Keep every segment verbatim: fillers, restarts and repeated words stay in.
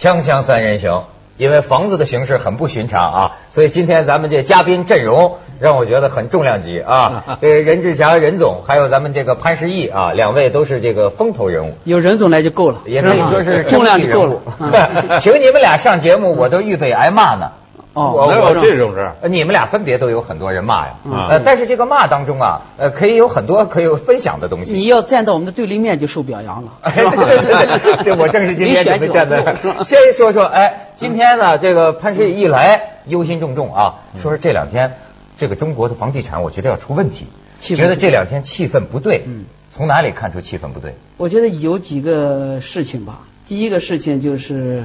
锵锵三人行，因为房子的形式很不寻常啊，所以今天咱们这嘉宾阵容让我觉得很重量级啊。这个任志强任总，还有咱们这个潘石屹啊，两位都是这个风头人物。 有任总来就够了， 也可以说是重量就够了。 请你们俩上节目，我都预备挨骂呢。 哦，没有这种事。 你们俩分别都有很多人骂呀，嗯、呃，但是这个骂当中啊，呃，可以有很多可以分享的东西。 你要站到我们的对立面就受表扬了。 哎，对对对，这我正是今天准备站在这儿。先说说，哎，今天呢，这个潘石屹一来，忧心忡忡啊，说是这两天这个中国的房地产，我觉得要出问题，觉得这两天气氛不对。嗯，从哪里看出气氛不对？ 我觉得有几个事情吧。第一个事情就是，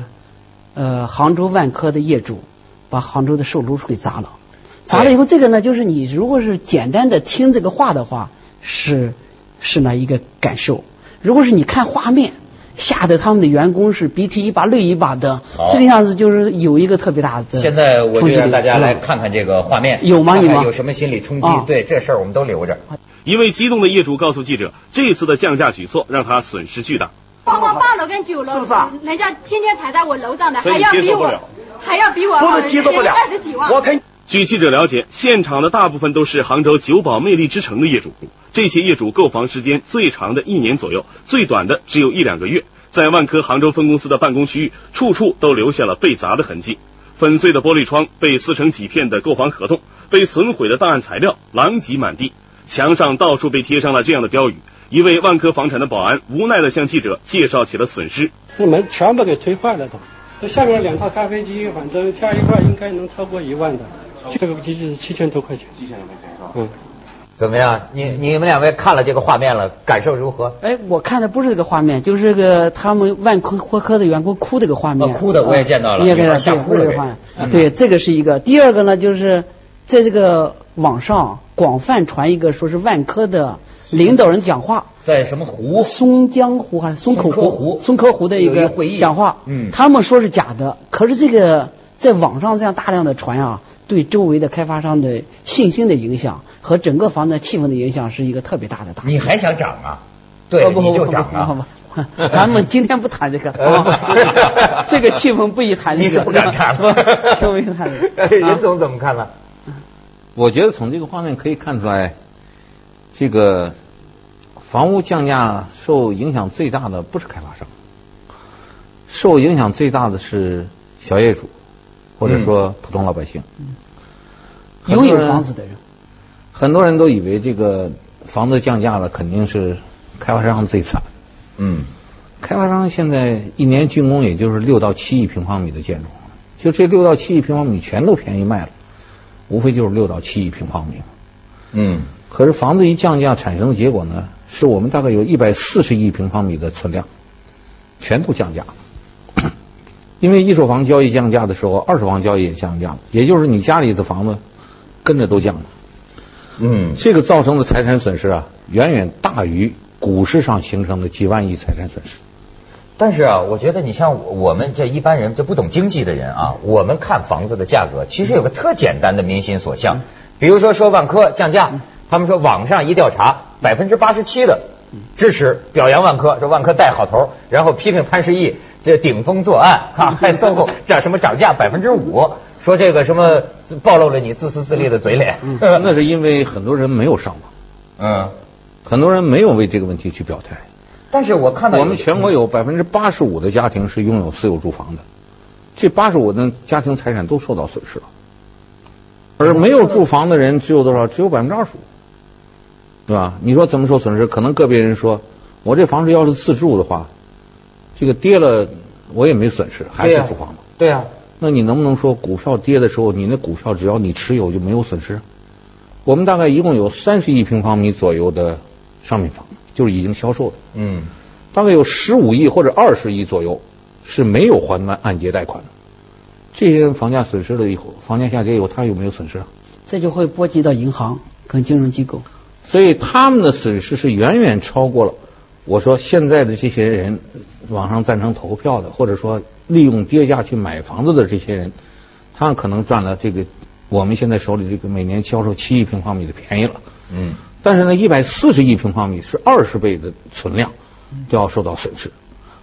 呃，杭州万科的业主把杭州的售楼处给砸了，砸了以后，这个呢，就是你如果是简单的听这个话的话，是是那一个感受。如果是你看画面，吓得他们的员工是鼻涕一把泪一把的，这个样子就是有一个特别大的。 现在我就让大家来看看这个画面， 有吗？有吗？ 有什么心理冲击？对，这事儿我们都留着。 一位激动的业主告诉记者，这次的降价举措让他损失巨大。 包括八楼跟九楼，是不是？人家天天踩在我楼上的，还要比我。还要比我不能接受不了二十几万。 我肯。 据记者了解，现场的大部分都是杭州九堡魅力之城的业主，这些业主购房时间最长的一年左右，最短的只有一两个月。在万科杭州分公司的办公区域，处处都留下了被砸的痕迹，粉碎的玻璃窗，被撕成几片的购房合同，被损毁的档案材料狼藉满地，墙上到处被贴上了这样的标语。一位万科房产的保安无奈地向记者介绍起了损失： 这门全部给推坏了都。这下面两套咖啡机，反正加一块应该能超过一万的，这个机器是七千多块钱。 七千多块钱是吧？ 嗯， 怎么样？你你们两位看了这个画面了，感受如何？ 哎，我看的不是这个画面，就是这个他们万科科科的员工哭这个画面。 哦、哭的我也见到了， 你也看到想哭这个画面。嗯、对，这个是一个。第二个呢，就是在这个网上广泛传一个说是万科的领导人讲话。 在什么湖？ 松江湖还是松口湖？松科湖的一个会议讲话，嗯，他们说是假的，可是这个在网上这样大量的传啊，对周围的开发商的信心的影响和整个房子气氛的影响是一个特别大的打击。 你还想涨啊？对， 哦、不你就涨啊！ 咱们今天不谈这个，哦、这个气氛不宜谈这个。 你是不敢谈了？气氛不宜谈这个。 任总怎么看呢？ 我觉得从这个画面可以看出来，这个。房屋降价受影响最大的不是开发商，受影响最大的是小业主，或者说普通老百姓。 嗯、拥有房子的人， 很多人都以为这个房子降价了，肯定是开发商最惨。 嗯， 开发商现在一年竣工也就是六到七亿平方米的建筑，就这六到七亿平方米全都便宜卖了，无非就是六到七亿平方米。 嗯， 可是房子一降价产生的结果呢？是我们大概有一百四十亿平方米的存量，全都降价了。因为一手房交易降价的时候，二手房交易也降价了，也就是你家里的房子跟着都降了。 嗯， 这个造成的财产损失啊，远远大于股市上形成的几万亿财产损失。 但是啊，我觉得你像我们这一般人就不懂经济的人啊，我们看房子的价格，其实有个特简单的民心所向，比如说说万科降价。他们说网上一调查，百分之八十七的支持表扬万科，说万科带好头，然后批评潘石屹这顶风作案啊，还搜后涨什么涨价百分之五，说这个什么暴露了你自私自利的嘴脸。 嗯、那是因为很多人没有上网， 嗯， 很多人没有为这个问题去表态。 但是我看到我们全国有百分之八十五的家庭是拥有私有住房的，这八十五的家庭财产都受到损失了，而没有住房的人只有多少？只有百分之二十五。对吧？你说怎么受损失？可能个别人说，我这房子要是自住的话，这个跌了我也没损失，还是住房嘛。 对呀、啊。 那你能不能说股票跌的时候，你那股票只要你持有就没有损失？我们大概一共有三十亿平方米左右的商品房，就是已经销售的。 嗯。 大概有十五亿或者二十亿左右是没有还完按揭贷款的。这些人房价损失了以后，房价下跌以后，他有没有损失啊？ 这就会波及到银行跟金融机构。 所以他们的损失是远远超过了我说现在的这些人网上赞成投票的，或者说利用跌价去买房子的这些人，他可能赚了这个我们现在手里这个每年销售七亿平方米的便宜了。 嗯， 但是呢，一百四十亿平方米是二十倍的存量都要受到损失。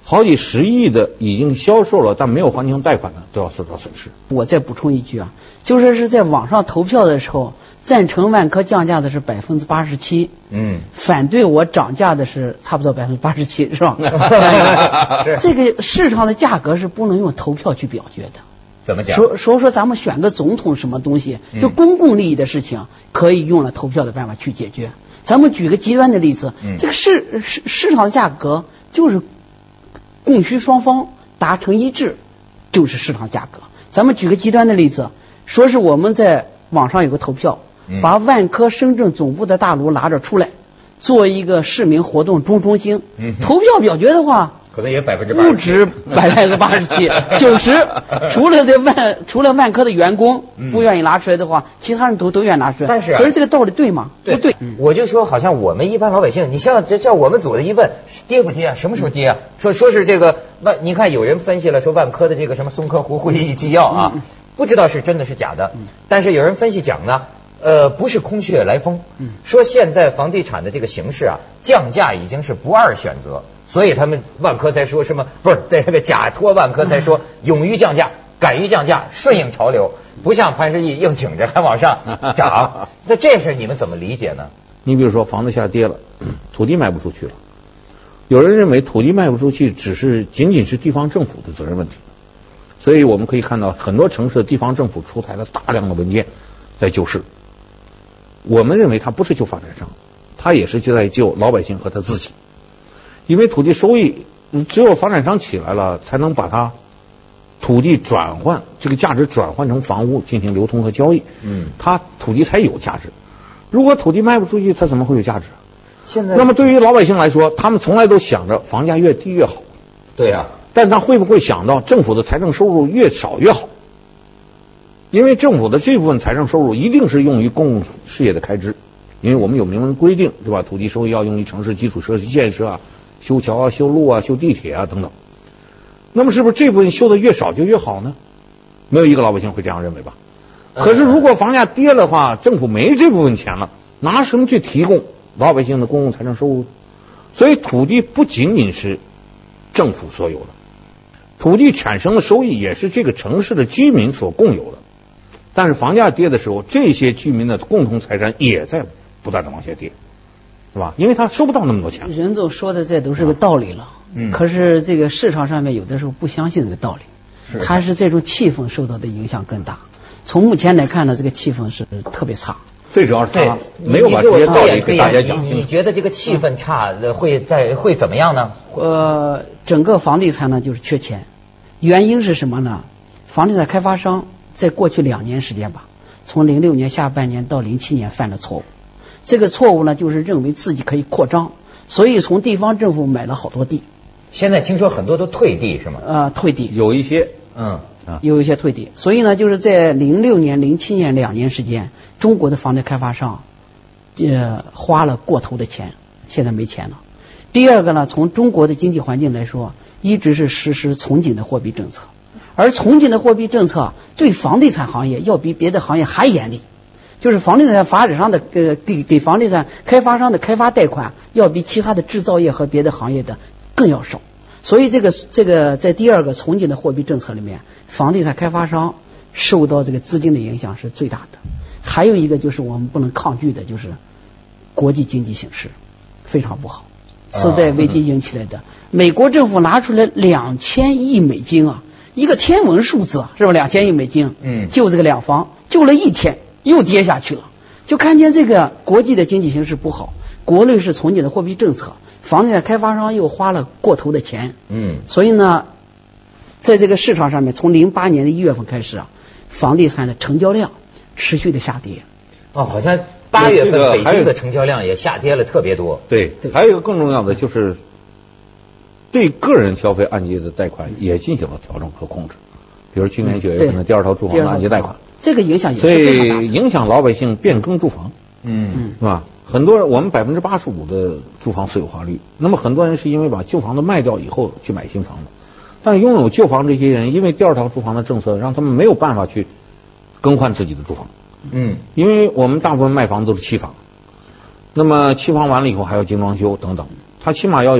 好几十亿的已经销售了但没有还清贷款的都要受到损失。 我再补充一句啊，就说是在网上投票的时候，赞成万科降价的是百分之八十七，嗯，反对我涨价的是差不多百分之八十七，是吧？这个市场的价格是不能用投票去表决的。 怎么讲？ 说说说咱们选个总统什么东西，就公共利益的事情，可以用了投票的办法去解决。咱们举个极端的例子，嗯、这个市市市场的价格就是供需双方达成一致，就是市场价格。咱们举个极端的例子，说是我们在网上有个投票，嗯、把万科深圳总部的大楼拿着出来，做一个市民活动中中心，嗯、投票表决的话。 可能也百分之不止百分之八十七，九十，除了这万除了万科的员工不愿意拿出来的话，嗯、其他人都都愿意拿出来。 但是、啊， 可是这个道理对吗？ 对不对。 嗯、我就说，好像我们一般老百姓，你像这叫我们组的一问，跌不跌啊？什么时候跌啊？说说是这个万，你看有人分析了，说万科的这个什么松科湖会议纪要啊，嗯、不知道是真的是假的，嗯、但是有人分析讲呢。呃，不是空穴来风，嗯，说现在房地产的这个形势啊，降价已经是不二选择，所以他们万科才说什么，不是对这个假托万科才说勇于降价，敢于降价，顺应潮流，不像潘石屹硬挺着还往上涨。那这事你们怎么理解呢？ 你比如说房子下跌了，土地卖不出去了，有人认为土地卖不出去只是仅仅是地方政府的责任问题，所以我们可以看到很多城市的地方政府出台了大量的文件在救市。我们认为他不是救发展商，他也是就在救老百姓和他自己，因为土地收益只有房产商起来了，才能把它土地转换这个价值转换成房屋进行流通和交易，嗯，它土地才有价值。如果土地卖不出去，它怎么会有价值？ 现在， 那么对于老百姓来说，他们从来都想着房价越低越好， 对呀、啊， 但他会不会想到政府的财政收入越少越好？因为政府的这部分财政收入一定是用于公共事业的开支，因为我们有明文规定，对吧？土地收益要用于城市基础设施建设啊、修桥啊、修路啊、修地铁啊等等。那么是不是这部分修的越少就越好呢？没有一个老百姓会这样认为吧？可是如果房价跌的话，政府没这部分钱了，拿什么去提供老百姓的公共财政收入？所以土地不仅仅是政府所有的，土地产生的收益也是这个城市的居民所共有的。但是房价跌的时候，这些居民的共同财产也在不断的往下跌，是吧？因为他收不到那么多钱。 任总说的这都是个道理了，嗯，可是这个市场上面有的时候不相信这个道理，他是这种气氛受到的影响更大。从目前来看呢，这个气氛是特别差。 最主要是他没有把这些道理给大家讲清楚。 你觉得这个气氛差会在会怎么样呢？ 呃，整个房地产呢就是缺钱，原因是什么呢？房地产开发商在过去两年时间吧，从零六年下半年到零七年犯了错误。这个错误呢，就是认为自己可以扩张，所以从地方政府买了好多地。 现在听说很多都退地是吗？ 呃，退地有一些， 嗯啊，有一些退地。所以呢，就是在零六年、零七年两年时间，中国的房地开发商呃花了过头的钱，现在没钱了。第二个呢，从中国的经济环境来说，一直是实施从紧的货币政策。而从紧的货币政策对房地产行业要比别的行业还严厉，就是房地产发展商的呃给给房地产开发商的开发贷款要比其他的制造业和别的行业的更要少。所以这个这个在第二个从紧的货币政策里面，房地产开发商受到这个资金的影响是最大的。还有一个就是我们不能抗拒的，就是国际经济形势非常不好，次贷危机引起来的。美国政府拿出来两千亿美金啊。一个天文数字啊，是吧？两千亿美金，嗯，救这个两房，救了一天又跌下去了，就看见这个国际的经济形势不好，国内是从紧的货币政策，房地产开发商又花了过头的钱，嗯，所以呢，在这个市场上面，从零八年的一月份开始啊，房地产的成交量持续的下跌。 哦，好像八月份北京的成交量也下跌了特别多。 对，还有一个更重要的就是。对个人消费按揭的贷款也进行了调整和控制，比如去年九月份的第二套住房的按揭贷款， 这个影响也是非常大，所以影响老百姓变更住房，嗯，是吧？很多人我们百分之八十五的住房私有化率，那么很多人是因为把旧房子卖掉以后去买新房子，但拥有旧房这些人，因为第二套住房的政策，让他们没有办法去更换自己的住房，嗯，因为我们大部分卖房都是期房，那么期房完了以后还要精装修等等，他起码要有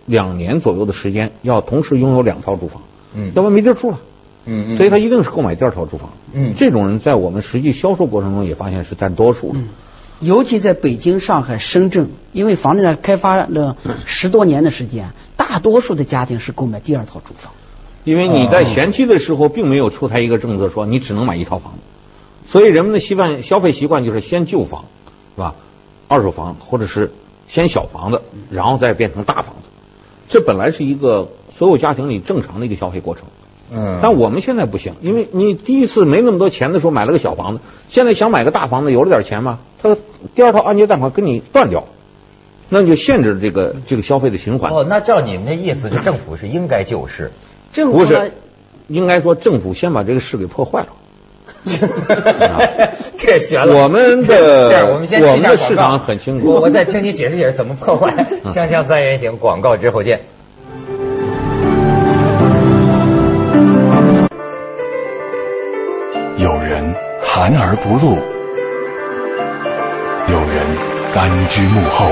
两年左右的时间，要同时拥有两套住房， 嗯， 要不然没地儿住了。 嗯嗯， 所以他一定是购买第二套住房。 嗯， 这种人在我们实际销售过程中也发现是占多数的。 嗯，尤其在北京、上海、深圳，因为房地产开发了十多年的时间，大多数的家庭是购买第二套住房。 因为你在前期的时候并没有出台一个政策说你只能买一套房子，所以人们的习惯消费习惯就是先旧房，是吧？二手房或者是先小房子，然后再变成大房子。这本来是一个所有家庭里正常的一个消费过程。 嗯， 但我们现在不行，因为你第一次没那么多钱的时候买了个小房子，现在想买个大房子有了点钱嘛，他第二套按揭贷款跟你断掉，那你就限制这个这个消费的循环。 哦，那照你们的意思，就政府是应该救市， 政府不是，应该说政府先把这个市给破坏了。 这悬了。 我们的这样，我们先我们的市场很清楚。 我我再听你解释解释怎么破坏。锵锵三人行，广告之后见。 有人含而不露，有人甘居幕后。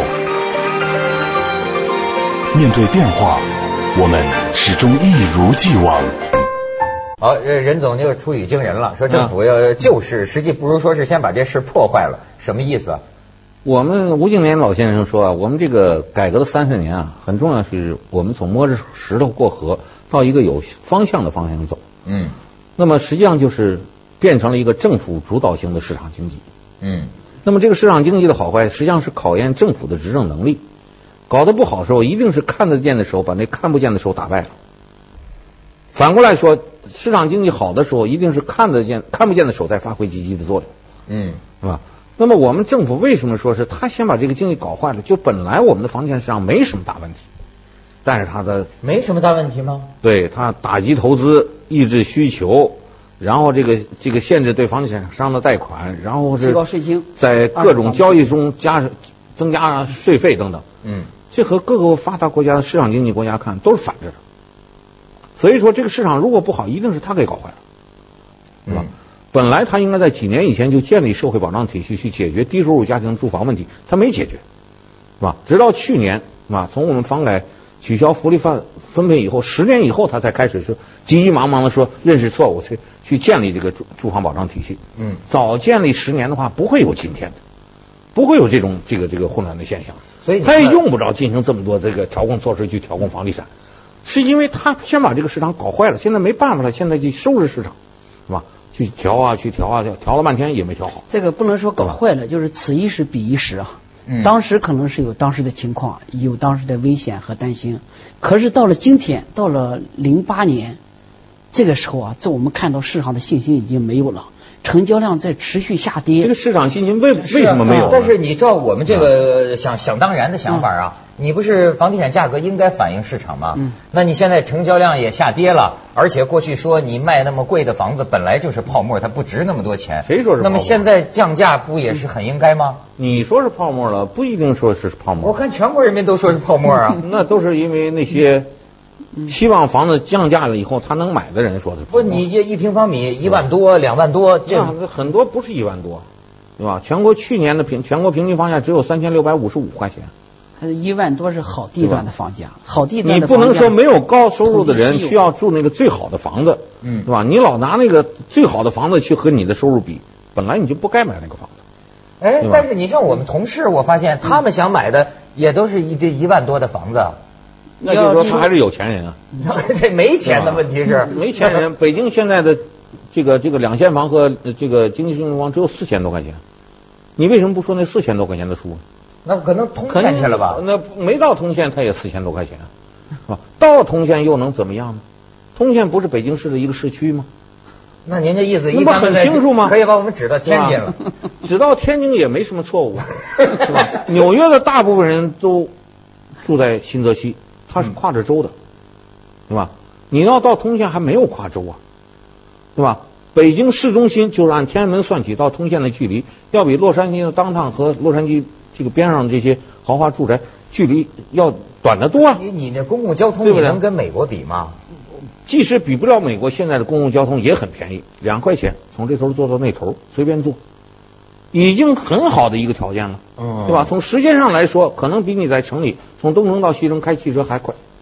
面对变化，我们始终一如既往。 好，呃，任总就出语惊人了，说政府要救市，实际不如说是先把这事破坏了，什么意思啊？ 我们吴敬琏老先生说啊，我们这个改革的三十年啊，很重要是我们从摸着石头过河到一个有方向的方向走。 嗯， 那么实际上就是变成了一个政府主导型的市场经济。 嗯， 那么这个市场经济的好坏，实际上是考验政府的执政能力。搞得不好的时候，一定是看得见的时候把那看不见的时候打败了。反过来说，市场经济好的时候，一定是看得见看不见的手在发挥积极的作用。 嗯， 是吧？那么我们政府为什么说是他先把这个经济搞坏了？就本来我们的房地产市场没什么大问题，但是他的没什么大问题吗？ 对他打击投资，抑制需求，然后这个这个限制对房地产商的贷款，然后是提高税金， 在各种交易中加增加税费等等。 嗯， 这和各个发达国家的市场经济国家看都是反着的。所以说这个市场如果不好，一定是他给搞坏了，是吧？嗯，本来他应该在几年以前就建立社会保障体系去解决低收入家庭住房问题，他没解决，是吧？直到去年，是吧？从我们房改取消福利分分配以后，十年以后他才开始说急急忙忙的说认识错误，去去建立这个住住房保障体系。 嗯，早建立十年的话，不会有今天的，不会有这种这个这个混乱的现象。 所以他也用不着进行这么多这个调控措施去调控房地产，是因为他先把这个市场搞坏了，现在没办法了，现在去收拾市场，是吧？去调啊，去调啊，调调了半天也没调好。 这个不能说搞坏了，就是此一时彼一时啊。 嗯， 当时可能是有当时的情况，有当时的危险和担心，可是到了今天，到了零八年，这个时候啊，在我们看到市场的信心已经没有了。成交量在持续下跌， 这个市场信心为为什么没有？ 但是你照我们这个想想当然的想法啊，你不是房地产价格应该反映市场吗？嗯，那你现在成交量也下跌了，而且过去说你卖那么贵的房子本来就是泡沫，它不值那么多钱。 谁说是泡沫？ 那么现在降价不也是很应该吗？ 你说是泡沫了，不一定说是泡沫。 我看全国人民都说是泡沫啊， 那都是因为那些。希望房子降价了以后他能买的人说的不，你这一平方米一万多、两万多，这很多不是一万多，对吧？全国去年的平全国平均房价只有三千六百五十五块钱， 还是一万多是好地段的房价，好地段的你不能说没有高收入的人需要住那个最好的房子，嗯，对吧？你老拿那个最好的房子去和你的收入比，本来你就不该买那个房子。 哎，但是你像我们同事，我发现他们想买的也都是一一万多的房子。 那就是说他还是有钱人啊， 这没钱的问题是没钱人。北京现在的这个这个两线房和这个经济适用房只有四千多块钱，你为什么不说那四千多块钱的数？ 那可能通县去了吧？ 那没到通县，他也四千多块钱，是吧？到通县又能怎么样呢？通县不是北京市的一个市区吗？ 那您这意思一般很清楚吗？ 可以把我们指到天津了， 指到天津也没什么错误，是吧？纽约的大部分人都住在新泽西。它是跨着州的，对吧？你要到通县还没有跨州啊，对吧？北京市中心就是按天安门算起到通县的距离，要比洛杉矶的当趟和洛杉矶这个边上这些豪华住宅距离要短得多啊。 你你那公共交通你能跟美国比吗？ 即使比不了美国现在的公共交通也很便宜，两块钱从这头坐到那头随便坐，已经很好的一个条件了，嗯，对吧？从时间上来说，可能比你在城里从东城到西城开汽车还快。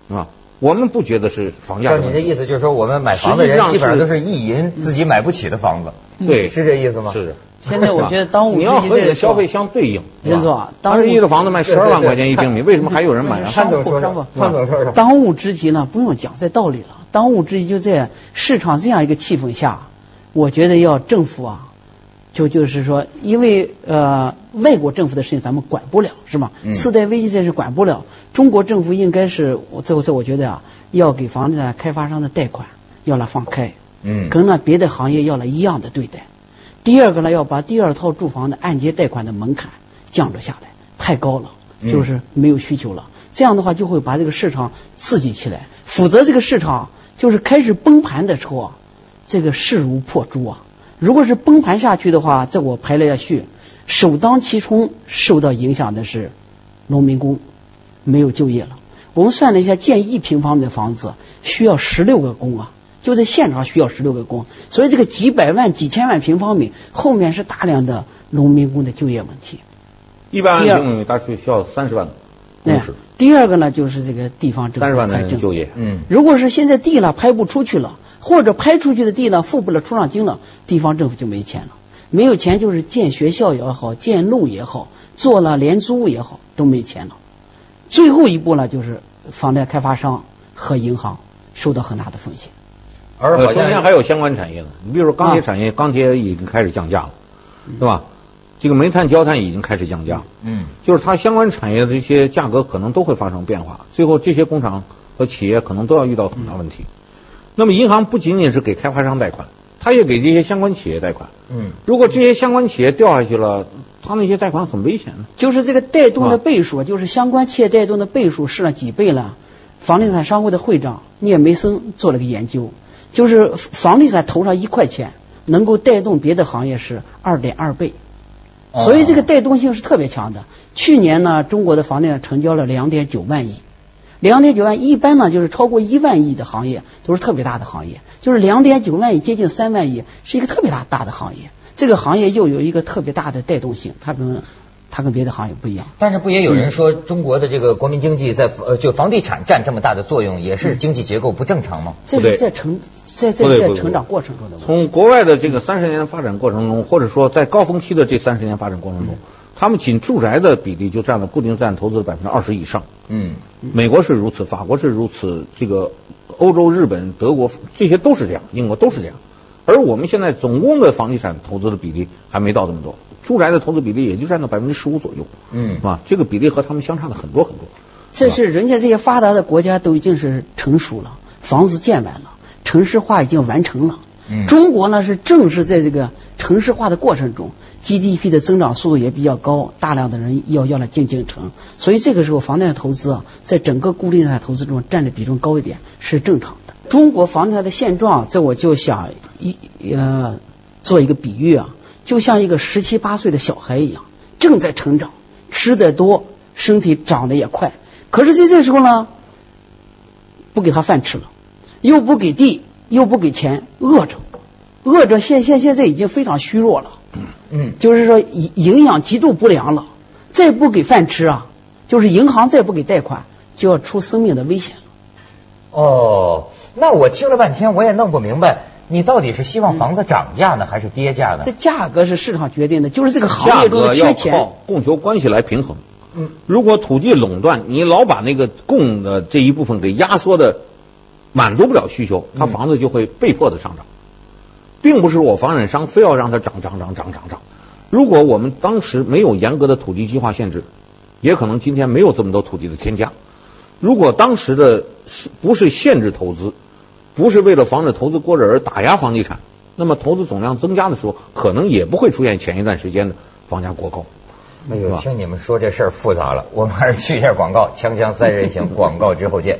啊。我们不觉得是房价的问题。 照你的意思就是说，我们买房的人基本上都是意淫自己买不起的房子， 对， 是这意思吗？ 是的。 现在我觉得当务之急， 你要和你的消费相对应。 任总， 当时一的房子卖十二万块钱一平米，为什么还有人买啊？ 潘总说说，潘总说说。 当务之急呢，不用讲这道理了。当务之急就在市场这样一个气氛下，我觉得要政府啊，就就是说，因为呃外国政府的事情咱们管不了，是吗？ 嗯、 次贷危机这是管不了。中国政府应该是，我最后这我觉得啊，要给房地产开发商的贷款要来放开， 嗯， 跟那别的行业要来一样的对待。第二个呢，要把第二套住房的按揭贷款的门槛降着下来，太高了，就是没有需求了。嗯、这样的话就会把这个市场刺激起来，否则这个市场就是开始崩盘的时候啊，这个势如破竹啊。如果是崩盘下去的话，这我排了下去，首当其冲受到影响的是农民工，没有就业了。我们算了一下，建一平方米的房子需要十六个工啊。就在现场需要十六个工，所以这个几百万、几千万平方米后面是大量的农民工的就业问题。 一百万平方米大概需要三十万工时。 第二个呢，就是这个地方政府三十万的人就业。 嗯，如果是现在地了拍不出去了，或者拍出去的地呢付不了出让金了，地方政府就没钱了。没有钱就是建学校也好，建路也好，做了廉租也好，都没钱了。最后一步呢，就是房贷开发商和银行受到很大的风险。 而呃，中间还有相关产业呢，你比如说钢铁产业，啊、钢铁已经开始降价了，对吧？这个煤炭、焦炭已经开始降价， 嗯， 就是它相关产业的这些价格可能都会发生变化，最后这些工厂和企业可能都要遇到很大问题。嗯、那么银行不仅仅是给开发商贷款，它也给这些相关企业贷款， 嗯， 如果这些相关企业掉下去了，它那些贷款很危险的。 就是这个带动的倍数，啊、就是相关企业带动的倍数是了几倍了？房地产商会的会长聂梅森做了个研究。就是房地产投上一块钱，能够带动别的行业是二点二倍，所以这个带动性是特别强的。去年呢，中国的房地产成交了两点九万亿，两点九万一般呢就是超过一万亿的行业都是特别大的行业，就是两点九万亿接近三万亿是一个特别大大的行业，这个行业又有一个特别大的带动性，它跟它跟别的行业不一样。 但是不也有人说中国的这个国民经济在呃就房地产占这么大的作用，也是经济结构不正常吗？ 这是在成在在在成长过程中的问题。 从国外的这个三十年发展过程中，或者说在高峰期的这三十年发展过程中，嗯、他们仅住宅的比例就占了固定资产投资的百分之二十以上。 嗯， 美国是如此，法国是如此，这个欧洲、日本、德国这些都是这样，英国都是这样。而我们现在总共的房地产投资的比例还没到这么多。住宅的投资比例也就占到百分之十五左右， 嗯， 啊，这个比例和他们相差的很多很多。 这是人家这些发达的国家都已经是成熟了，房子建完了，城市化已经完成了。 嗯， 中国呢是正是在这个城市化的过程中 ，G D P 的增长速度也比较高，大量的人要要来进京城，所以这个时候房地产投资啊，在整个固定资产投资中占的比重高一点是正常的。中国房地产的现状，这我就想一呃做一个比喻啊。就像一个十七八岁的小孩一样，正在成长，吃得多，身体长得也快。可是在这时候呢，不给他饭吃了，又不给地，又不给钱，饿着，饿着现现现在已经非常虚弱了。 嗯， 就是说营营养极度不良了，再不给饭吃啊，就是银行再不给贷款，就要出生命的危险了。 哦，那我听了半天，我也弄不明白。你到底是希望房子涨价呢，嗯、还是跌价呢？ 这价格是市场决定的，就是这个行业中的缺钱， 价格要靠供求关系来平衡。嗯，如果土地垄断，你老把那个供的这一部分给压缩的，满足不了需求，它房子就会被迫的上涨，嗯、并不是我房产商非要让它涨涨涨涨涨涨。如果我们当时没有严格的土地计划限制，也可能今天没有这么多土地的添加。如果当时的是不是限制投资？不是为了防止投资过热而打压房地产，那么投资总量增加的时候，可能也不会出现前一段时间的房价过高。 哎呦，听你们说这事儿复杂了，我们还是去一下广告，锵锵三人行，广告之后见。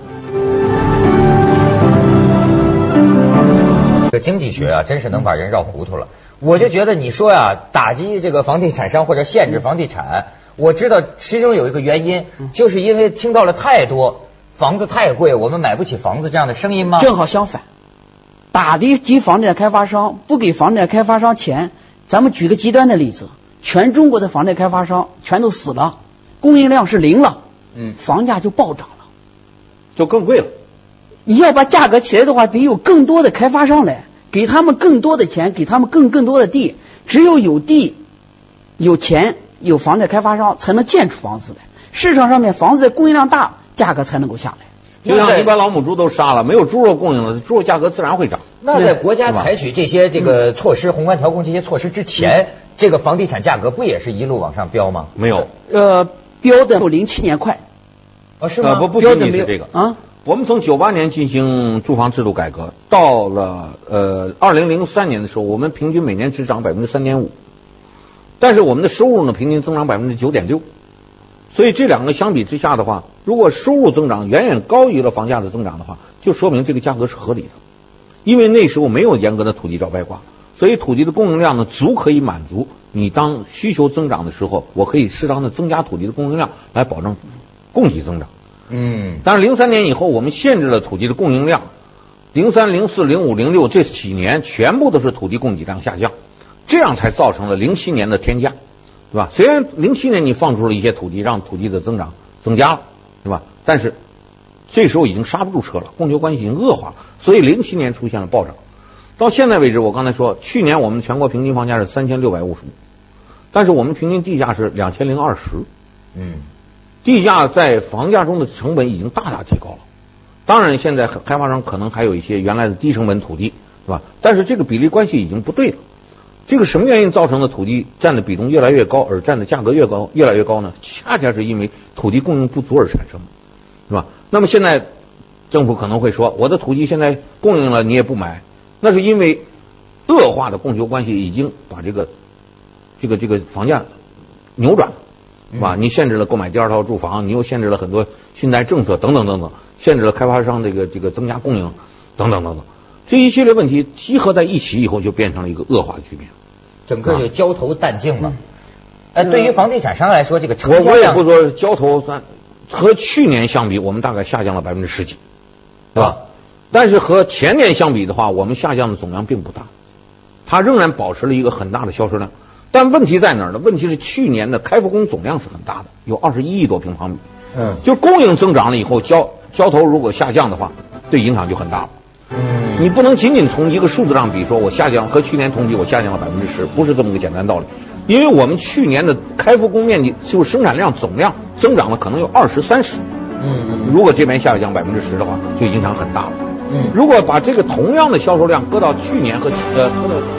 这个经济学啊，真是能把人绕糊涂了。我就觉得你说呀、啊，打击这个房地产商或者限制房地产，我知道其中有一个原因，就是因为听到了太多。房子太贵，我们买不起房子这样的声音吗？ 正好相反，打击房地产开发商，不给房地产开发商钱。咱们举个极端的例子，全中国的房地产开发商全都死了，供应量是零了， 嗯， 房价就暴涨了。 就更贵了。 你要把价格起来的话，得有更多的开发商来，给他们更多的钱，给他们更更多的地。只有有地、有钱、有房产开发商，才能建出房子来。市场上面房子的供应量大，价格才能够下来。 就像你把老母猪都杀了，没有猪肉供应了，猪肉价格自然会涨。 那在国家采取这些这个措施、宏观调控这些措施之前，这个房地产价格不也是一路往上飙吗？ 没有， 呃，飙的零七年快。 哦，是吗？ 呃、不不仅仅是这个啊。 我们从九八年进行住房制度改革，到了呃二零零三年的时候，我们平均每年只涨百分之三点五，但是我们的收入呢，平均增长百分之九点六。所以这两个相比之下的话，如果收入增长远远高于了房价的增长的话，就说明这个价格是合理的。因为那时候没有严格的土地招拍挂，所以土地的供应量呢，足可以满足你当需求增长的时候，我可以适当的增加土地的供应量，来保证供给增长。 嗯， 但是零三年以后，我们限制了土地的供应量，零三、零四、零五、零六这几年全部都是土地供给量下降，这样才造成了零七年的天价，对吧？虽然零七年你放出了一些土地，让土地的增长增加了，对吧？但是这时候已经刹不住车了，供求关系已经恶化了，所以零七年出现了暴涨。到现在为止，我刚才说，去年我们全国平均房价是三千六百五十五，但是我们平均地价是两千零二十， 嗯。 地价在房价中的成本已经大大提高了，当然现在开发商可能还有一些原来的低成本土地，对吧？但是这个比例关系已经不对了。这个什么原因造成的土地占的比重越来越高，而占的价格越高越来越高呢？恰恰是因为土地供应不足而产生的，对吧？那么现在政府可能会说，我的土地现在供应了，你也不买，那是因为恶化的供求关系已经把这个这个这个房价扭转了。是吧？你限制了购买第二套住房，你又限制了很多信贷政策等等等等，限制了开发商这个这个增加供应等等等等，这一系列问题集合在一起以后，就变成了一个恶化的局面， 整个就焦头淡尽了。呃、嗯，对于房地产商来说，这个成交量我我也不说焦头，咱和去年相比，我们大概下降了百分之十几，对吧？但是和前年相比的话，我们下降的总量并不大，它仍然保持了一个很大的销售量。但问题在哪儿呢？问题是去年的开复工总量是很大的，有二十一亿多平方米。 嗯， 就供应增长了以后，交交投如果下降的话，对影响就很大了。 嗯， 你不能仅仅从一个数字上比，说我下降和去年同比我下降了百分之十，不是这么个简单道理。因为我们去年的开复工面积就是生产量总量增长了可能有二十三十。 嗯， 如果这边下降百分之十的话，就影响很大了。 嗯， 如果把这个同样的销售量搁到去年和呃搁到